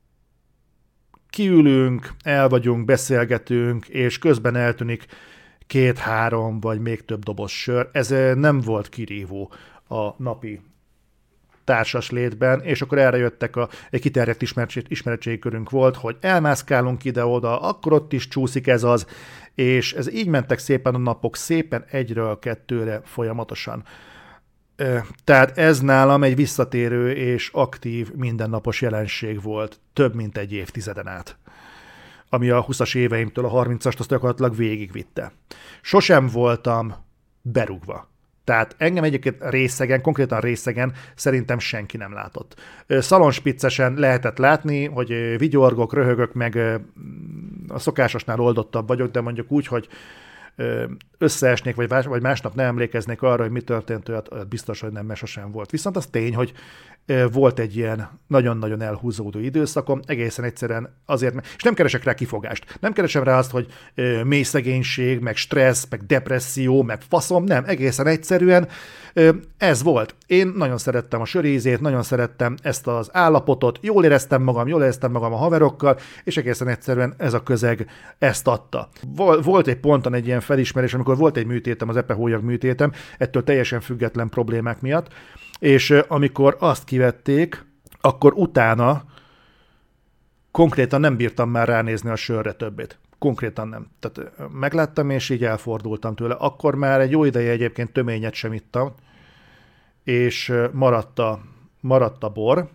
kiülünk, el vagyunk, beszélgetünk, és közben eltűnik 2-3 vagy még több doboz sör. Ez nem volt kirívó a napi társas létben, és akkor erre jöttek egy kiterjedt ismeretségi körünk volt, hogy elmászkálunk ide-oda, akkor ott is csúszik ez az, és ez így mentek szépen a napok, szépen 1-2-re folyamatosan. Tehát ez nálam egy visszatérő és aktív mindennapos jelenség volt több mint egy évtizeden át, ami a 20-as éveimtől a 30-ast azt gyakorlatilag végigvitte. Sosem voltam berúgva. Tehát engem egyébként részegen, konkrétan részegen szerintem senki nem látott. Szalonspiccesen lehetett látni, hogy vigyorgok, röhögök, meg a szokásosnál oldottabb vagyok, de mondjuk úgy, hogy összeesnék, vagy másnap nem emlékeznék arra, hogy mi történt, olyat biztos, hogy nem, mert sosem volt. Viszont az tény, hogy volt egy ilyen nagyon-nagyon elhúzódó időszakom, egészen egyszerűen azért, és nem keresek rá kifogást. Nem keresem rá azt, hogy mély szegénység, meg stressz, meg depresszió, meg faszom, nem, egészen egyszerűen ez volt. Én nagyon szerettem a sörízét, nagyon szerettem ezt az állapotot, jól éreztem magam a haverokkal, és egészen egyszerűen ez a közeg ezt adta. Volt egy ponton egy ilyen felismerés, amikor volt egy műtétem, az epehólyag műtétem, ettől teljesen független problémák miatt, és amikor azt kivették, akkor utána konkrétan nem bírtam már ránézni a sörre többet. Konkrétan nem. Tehát megláttam, és így elfordultam tőle. Akkor már egy jó ideje egyébként töményet sem ittam, és maradt a bor,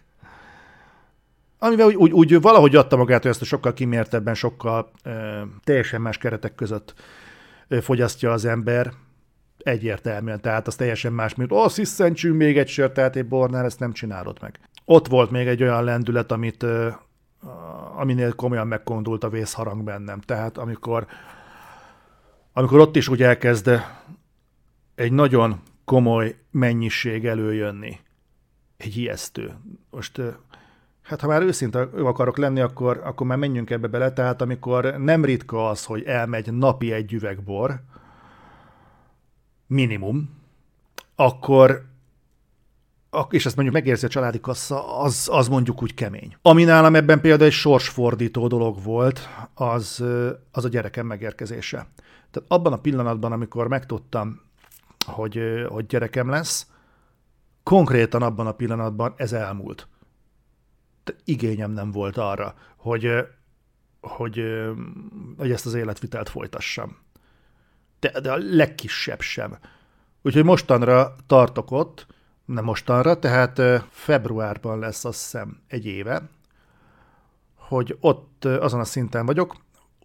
amivel úgy valahogy adta magát, hogy ezt a sokkal kimértebben, sokkal teljesen más keretek között fogyasztja az ember, egyértelműen, tehát az teljesen más, mint sziszentsünk még egy sört, tehát egy bornál ezt nem csinálod meg. Ott volt még egy olyan lendület, aminél komolyan megkondult a vészharang bennem. Tehát amikor ott is úgy elkezd egy nagyon komoly mennyiség előjönni, egy ijesztő. Most, hát ha már őszinte akarok lenni, akkor már menjünk ebbe bele, tehát amikor nem ritka az, hogy elmegy napi egy üveg bor, minimum, akkor és ezt mondjuk megérzi a családi kassa, az mondjuk úgy kemény. Ami nálam ebben például egy sorsfordító dolog volt, az a gyerekem megérkezése. Tehát abban a pillanatban, amikor megtudtam, hogy gyerekem lesz, konkrétan abban a pillanatban ez elmúlt. Tehát igényem nem volt arra, hogy ezt az életvitelt folytassam. De a legkisebb sem. Úgyhogy mostanra tartok ott, nem mostanra, tehát februárban lesz azt hiszem egy éve, hogy ott azon a szinten vagyok,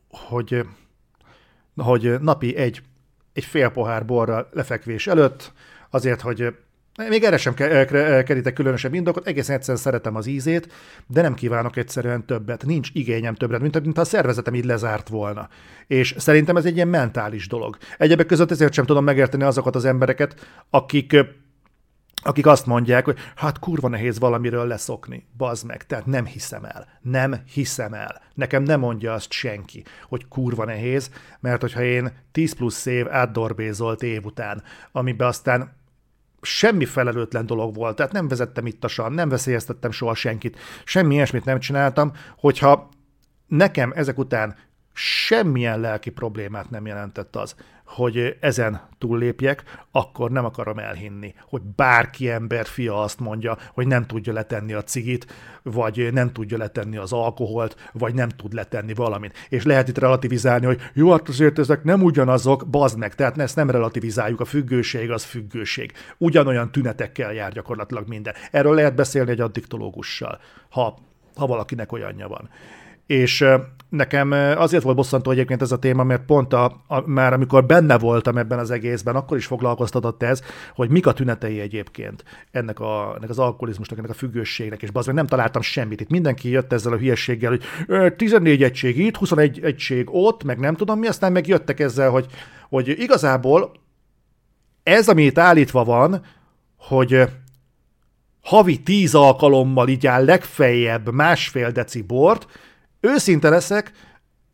hogy napi egy fél pohár borra lefekvés előtt, azért, hogy még erre sem kerítek különösebb indokot, egészen egyszerűen szeretem az ízét, de nem kívánok egyszerűen többet. Nincs igényem többet, mint a szervezetem így lezárt volna. És szerintem ez egy ilyen mentális dolog. Egyebek között ezért sem tudom megérteni azokat az embereket, akik azt mondják, hogy hát kurva nehéz valamiről leszokni. Bazd meg, tehát nem hiszem el. Nekem nem mondja azt senki, hogy kurva nehéz, mert hogyha én 10 plusz év átdorbézolt év után, amiben aztán semmi felelőtlen dolog volt, tehát nem vezettem ittasan, nem veszélyeztettem soha senkit, semmi ilyesmit nem csináltam, hogyha nekem ezek után semmilyen lelki problémát nem jelentett az, hogy ezen túllépjek, akkor nem akarom elhinni, hogy bárki ember fia azt mondja, hogy nem tudja letenni a cigit, vagy nem tudja letenni az alkoholt, vagy nem tud letenni valamit. És lehet itt relativizálni, hogy jó, hát azért ezek nem ugyanazok, bazd meg, tehát ezt nem relativizáljuk, a függőség az függőség. Ugyanolyan tünetekkel jár gyakorlatilag minden. Erről lehet beszélni egy addiktológussal, ha valakinek olyanja van. És nekem azért volt bosszantó egyébként ez a téma, mert pont már amikor benne voltam ebben az egészben, akkor is foglalkoztatott ez, hogy mik a tünetei egyébként ennek az alkoholizmusnak, ennek a függőségnek, és bazd, nem találtam semmit. Itt mindenki jött ezzel a hülyességgel, hogy 14 egység itt, 21 egység ott, meg nem tudom mi, aztán meg jöttek ezzel, hogy igazából ez, ami itt állítva van, hogy havi 10 alkalommal így áll legfeljebb 1,5 deci bort. Őszinte leszek,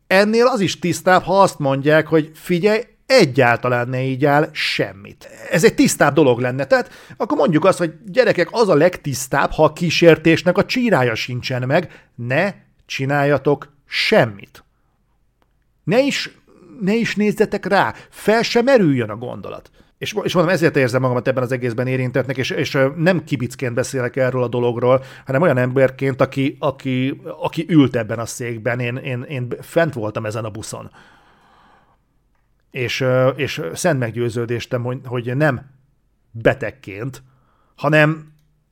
ennél az is tisztább, ha azt mondják, hogy figyelj, egyáltalán ne így áll semmit. Ez egy tisztább dolog lenne. Tehát akkor mondjuk azt, hogy gyerekek, az a legtisztább, ha a kísértésnek a csírája sincsen meg, ne csináljatok semmit. Ne is nézzetek rá, fel sem merüljön a gondolat. És mondom, ezért érzem magamat ebben az egészben érintettnek, és nem kibicként beszélek erről a dologról, hanem olyan emberként, aki ült ebben a székben, én fent voltam ezen a buszon. És szent meggyőződéstem, hogy nem betegként, hanem,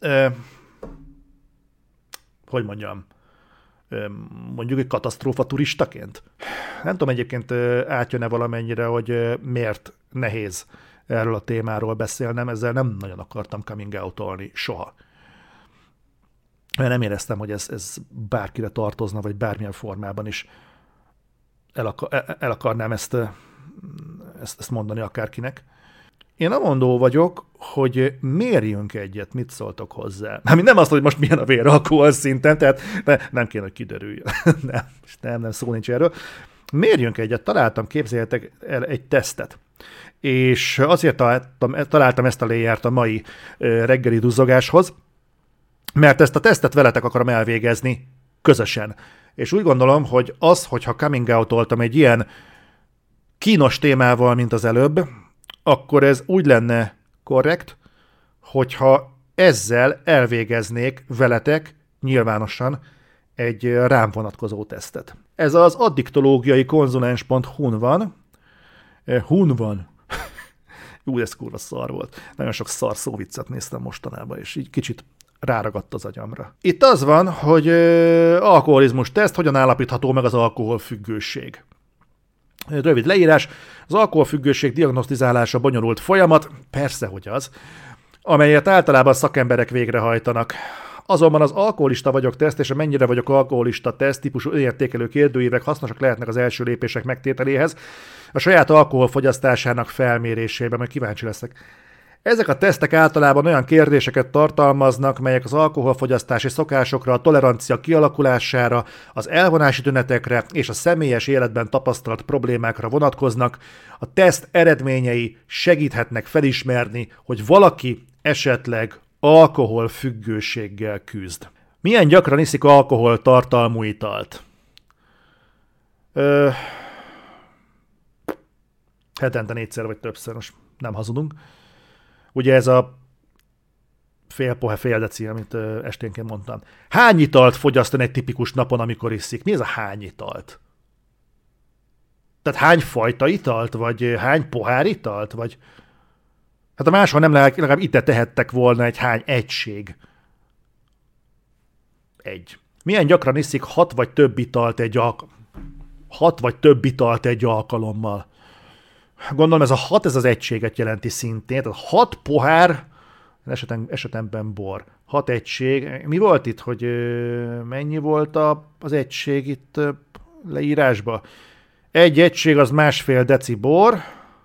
hogy mondjam, mondjuk egy katasztrófa turistaként. Nem tudom egyébként átjön-e valamennyire, hogy miért nehéz erről a témáról beszélnem, ezzel nem nagyon akartam coming out-olni soha. Nem éreztem, hogy ez bárkire tartozna, vagy bármilyen formában is el akarnám ezt mondani akárkinek. Én amondó vagyok, hogy mérjünk egyet, mit szóltok hozzá. Nem azt, hogy most milyen a véralkohol szinten, tehát nem kéne, hogy kiderüljön. nem, szó nincs erről. Mérjünk egyet, találtam, képzeljétek el egy tesztet. És azért találtam ezt a layert a mai reggeli duzzogáshoz, mert ezt a tesztet veletek akarom elvégezni közösen. És úgy gondolom, hogy hogyha coming out-oltam egy ilyen kínos témával, mint az előbb, akkor ez úgy lenne korrekt, hogyha ezzel elvégeznék veletek nyilvánosan egy rám vonatkozó tesztet. Ez az addiktológiai konzulens.hu-n van. Hun van. Ú, ez kurva szar volt. Nagyon sok szar szóviccet néztem mostanában, és így kicsit ráragadt az agyamra. Itt az van, hogy alkoholizmus teszt, hogyan állapítható meg az alkoholfüggőség. Rövid leírás, az alkoholfüggőség diagnosztizálása bonyolult folyamat, persze, hogy az, amelyet általában szakemberek végrehajtanak. Azonban az alkoholista vagyok teszt és a mennyire vagyok alkoholista teszt típusú önértékelő kérdőívek hasznosak lehetnek az első lépések megtételéhez, a saját alkoholfogyasztásának felmérésében, majd kíváncsi leszek. Ezek a tesztek általában olyan kérdéseket tartalmaznak, melyek az alkoholfogyasztási szokásokra, a tolerancia kialakulására, az elvonási tünetekre és a személyes életben tapasztalt problémákra vonatkoznak. A teszt eredményei segíthetnek felismerni, hogy valaki esetleg alkoholfüggőséggel küzd. Milyen gyakran iszik alkoholtartalmú italt? Hetente 4-szer vagy többször, most nem hazudunk. Ugye ez a fél pohe, fél deci, amit esténként mondtam. Hány italt fogyasztan egy tipikus napon, amikor iszik? Mi ez a hány italt? Tehát hány fajta italt? Vagy hány pohár italt? Vagy... Hát a máshol nem legalább ide tehettek volna egy hány egység. Egy. Milyen gyakran iszik 6 vagy több italt egy alkalommal? Gondolom ez a 6, ez az egységet jelenti szintén. Tehát 6 pohár, esetemben bor. 6 egység. Mi volt itt, hogy mennyi volt az egység itt leírásban? Egy egység az 1,5 deci bor,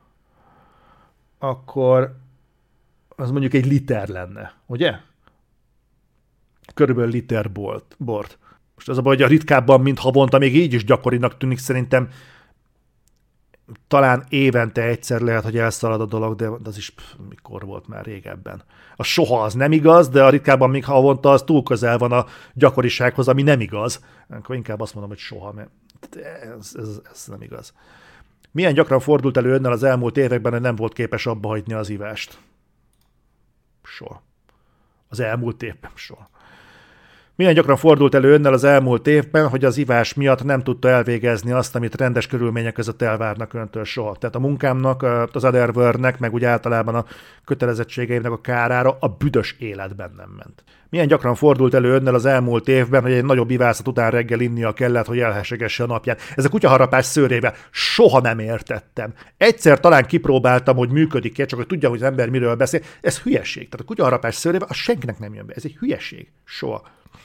akkor az mondjuk egy liter lenne, ugye? Körülbelül liter bort. Most az a baj, hogy a ritkábban, mint havonta, még így is gyakorinak tűnik, szerintem talán évente egyszer lehet, hogy elszalad a dolog, de az is mikor volt már régebben. A soha az nem igaz, de a ritkábban még havonta az túl közel van a gyakorisághoz, ami nem igaz. Akkor inkább azt mondom, hogy soha, mert ez nem igaz. Milyen gyakran fordult elő önnel az elmúlt években, hogy nem volt képes abba hagyni az ivást? Soha. Az elmúlt évben soha. Milyen gyakran fordult elő önnel az elmúlt évben, hogy az ivás miatt nem tudta elvégezni azt, amit rendes körülmények között elvárnak öntől? Soha. Tehát a munkámnak, az Otherworldnek, meg úgy általában a kötelezettségeimnek a kárára a büdös életben nem ment. Milyen gyakran fordult elő önnel az elmúlt évben, hogy egy nagyobb ivászat után reggel innia kellett, hogy elhessegesse a napját? Ez a kutyaharapás szőrével soha nem értettem. Egyszer talán kipróbáltam, hogy működik-e, csak hogy tudja, hogy az ember miről beszél. Ez hülyeség. Tehát a kutyaharapás szőrével az senkinek nem jön be. Ez egy hülyeség. Soha.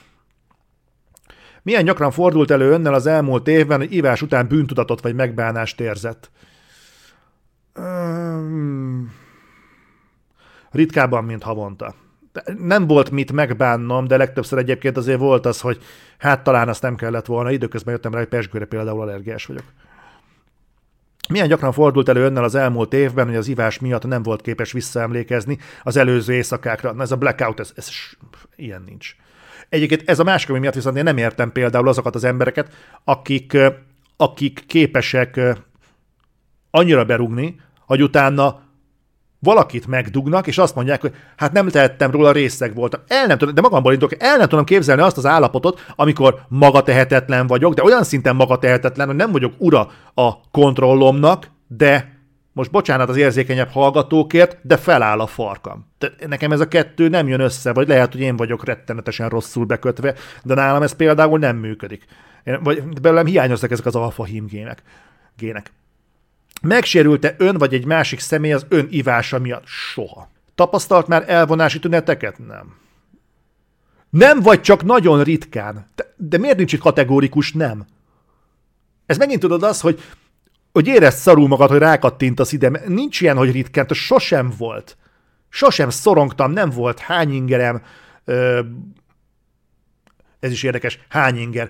Milyen gyakran fordult elő önnel az elmúlt évben, hogy ivás után bűntudatot vagy megbánást érzett? Ritkábban, mint havonta. Nem volt mit megbánnom, de legtöbbször egyébként azért volt az, hogy hát talán azt nem kellett volna. Időközben jöttem rá, hogy pezsgőre például allergiás vagyok. Milyen gyakran fordult elő önnel az elmúlt évben, hogy az ivás miatt nem volt képes visszaemlékezni az előző éjszakákra? Na ez a blackout, ez ilyen nincs. Egyébként ez a másik, ami miatt viszont én nem értem például azokat az embereket, akik képesek annyira berúgni, hogy utána valakit megdugnak, és azt mondják, hogy hát nem tehettem róla, részeg voltam. De magamból indulok, el nem tudom képzelni azt az állapotot, amikor magatehetetlen vagyok, de olyan szinten magatehetetlen, hogy nem vagyok ura a kontrollomnak, de most bocsánat az érzékenyebb hallgatókért, de feláll a farkam. Nekem ez a kettő nem jön össze, vagy lehet, hogy én vagyok rettenetesen rosszul bekötve, de nálam ez például nem működik. Vagy belőlem hiányoznak ezek az alfa hím gének. Megsérült-e ön vagy egy másik személy az ön ivása miatt? Soha. Tapasztalt már elvonási tüneteket? Nem. Nem vagy csak nagyon ritkán. De miért nincs itt kategórikus nem? Ez megint tudod az, hogy érezd szarul magad, hogy rákattintasz ide. Nincs ilyen, hogy ritkán, sosem volt. Sosem szorongtam, nem volt hány ingerem. Ez is érdekes, hány inger.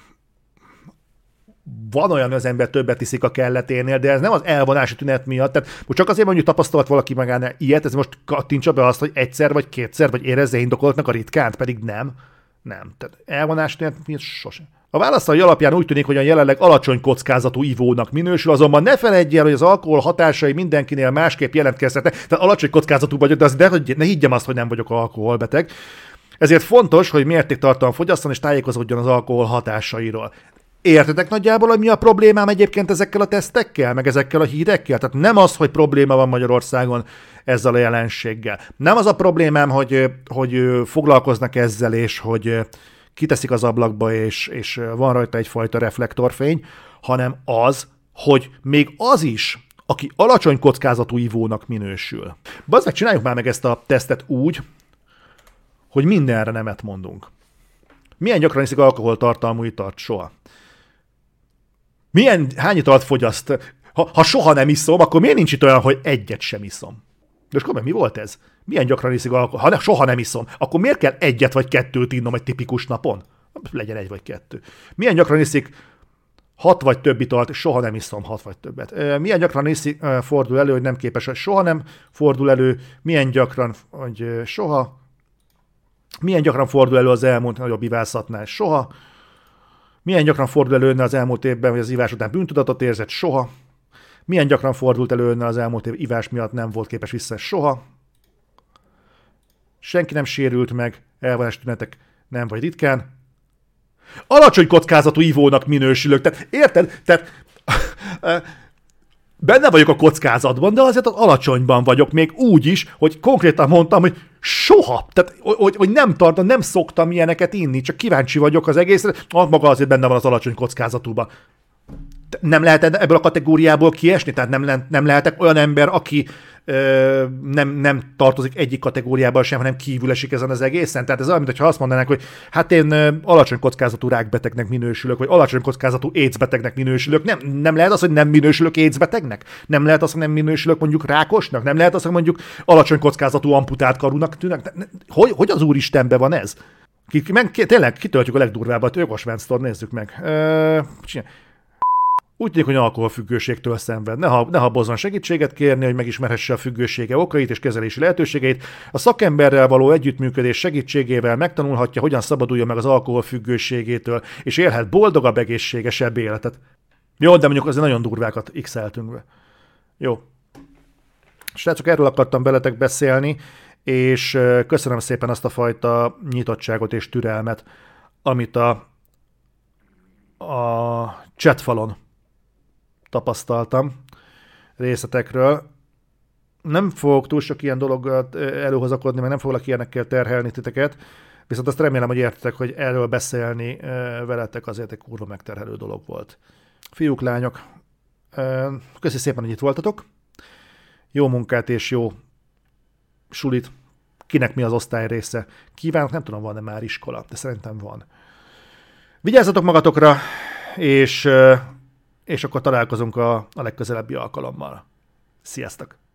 Van olyan, az ember többet iszik a kelleténél, de ez nem az elvonási tünet miatt. Tehát most csak azért mondjuk tapasztalt valaki magánál ilyet, ez most kattintsa be azt, hogy egyszer vagy kétszer, vagy érezze indokoltnak a ritkánt, pedig nem. Nem. Tehát elvonási tünet miatt sosem. A válaszai alapján úgy tűnik, hogy a jelenleg alacsony kockázatú ivónak minősül, azonban ne feledj el, hogy az alkohol hatásai mindenkinél másképp jelentkezhetnek. Tehát alacsony kockázatú vagyok, de azért ne higgyem azt, hogy nem vagyok alkoholbeteg. Ezért fontos, hogy mértéktartóan fogyasszon és tájékozódjon az alkohol hatásairól. Értetek nagyjából, hogy mi a problémám egyébként ezekkel a tesztekkel, meg ezekkel a hírekkel? Tehát nem az, hogy probléma van Magyarországon ezzel a jelenséggel. Nem az a problémám, hogy foglalkoznak ezzel, és hogy kiteszik az ablakba, és van rajta egyfajta reflektorfény, hanem az, hogy még az is, aki alacsony kockázatú ivónak minősül. Bazzeg, csináljuk már meg ezt a tesztet úgy, hogy mindenre nemet mondunk. Milyen gyakran iszik alkoholtartalmú italt? Soha. Hány italt fogyaszt? Ha soha nem iszom, akkor miért nincs itt olyan, hogy egyet sem iszom? De akkor mi volt ez? Milyen gyakran iszik alkohol? Ha soha nem iszom, akkor miért kell egyet vagy kettőt innom egy tipikus napon? Legyen egy vagy kettő. Milyen gyakran iszik 6 vagy több italt? Soha nem iszom 6 vagy többet. Milyen gyakran fordul elő, hogy nem képes, soha nem fordul elő? Milyen gyakran, hogy soha? Milyen gyakran fordul elő az elmúlt nagyobb ivászatnál? Soha. Milyen gyakran fordul elő az elmúlt évben, hogy az ivás után bűntudatot érzett? Soha. Milyen gyakran fordult elő az elmúlt év ivás miatt nem volt képes vissza? Soha. Senki nem sérült meg, elvonás tünetek nem vagy ritkán. Alacsony kockázatú ivónak minősülök. Tehát érted? Tehát benne vagyok a kockázatban, de azért az alacsonyban vagyok, még úgy is, hogy konkrétan mondtam, hogy soha. Tehát, hogy nem szoktam ilyeneket inni, csak kíváncsi vagyok az egészre, maga azért benne van az alacsony kockázatúban. Nem lehet ebből a kategóriából kiesni? Tehát nem lehetek olyan ember, aki nem tartozik egyik kategóriában sem, hanem kívül esik ezen az egészen. Tehát ez olyan, mintha azt mondanák, hogy hát én alacsony kockázatú rákbetegnek minősülök, vagy alacsony kockázatú AIDS betegnek minősülök. Nem lehet az, hogy nem minősülök AIDS betegnek? Nem lehet az, hogy nem minősülök mondjuk rákosnak? Nem lehet az, hogy mondjuk alacsony kockázatú amputált karúnak tűnnek? Hogy az Úristenben van ez? Tényleg kitöltjük a legdurvábbat, Jogos Vánsztor, nézzük meg. Úgy tűnik, hogy alkoholfüggőségtől szenved. Ne habozzon segítséget kérni, hogy megismerhesse a függősége okait és kezelési lehetőségeit. A szakemberrel való együttműködés segítségével megtanulhatja, hogyan szabaduljon meg az alkoholfüggőségétől, és élhet boldogabb, egészségesebb életet. Jó, de mondjuk azért nagyon durvákat x-eltünk be. Jó. Srácok, erről akartam veletek beszélni, és köszönöm szépen azt a fajta nyitottságot és türelmet, amit a chatfalon tapasztaltam részletekről. Nem fogok túl sok ilyen dologgal előhozakodni, meg nem foglak ilyenekkel terhelni titeket, viszont azt remélem, hogy értitek, hogy erről beszélni veletek azért egy kurva megterhelő dolog volt. Fiúk, lányok, köszi szépen, hogy itt voltatok. Jó munkát és jó sulit. Kinek mi az osztály része? Kívánok, nem tudom, van-e már iskola, de szerintem van. Vigyázzatok magatokra, és akkor találkozunk a legközelebbi alkalommal. Sziasztok!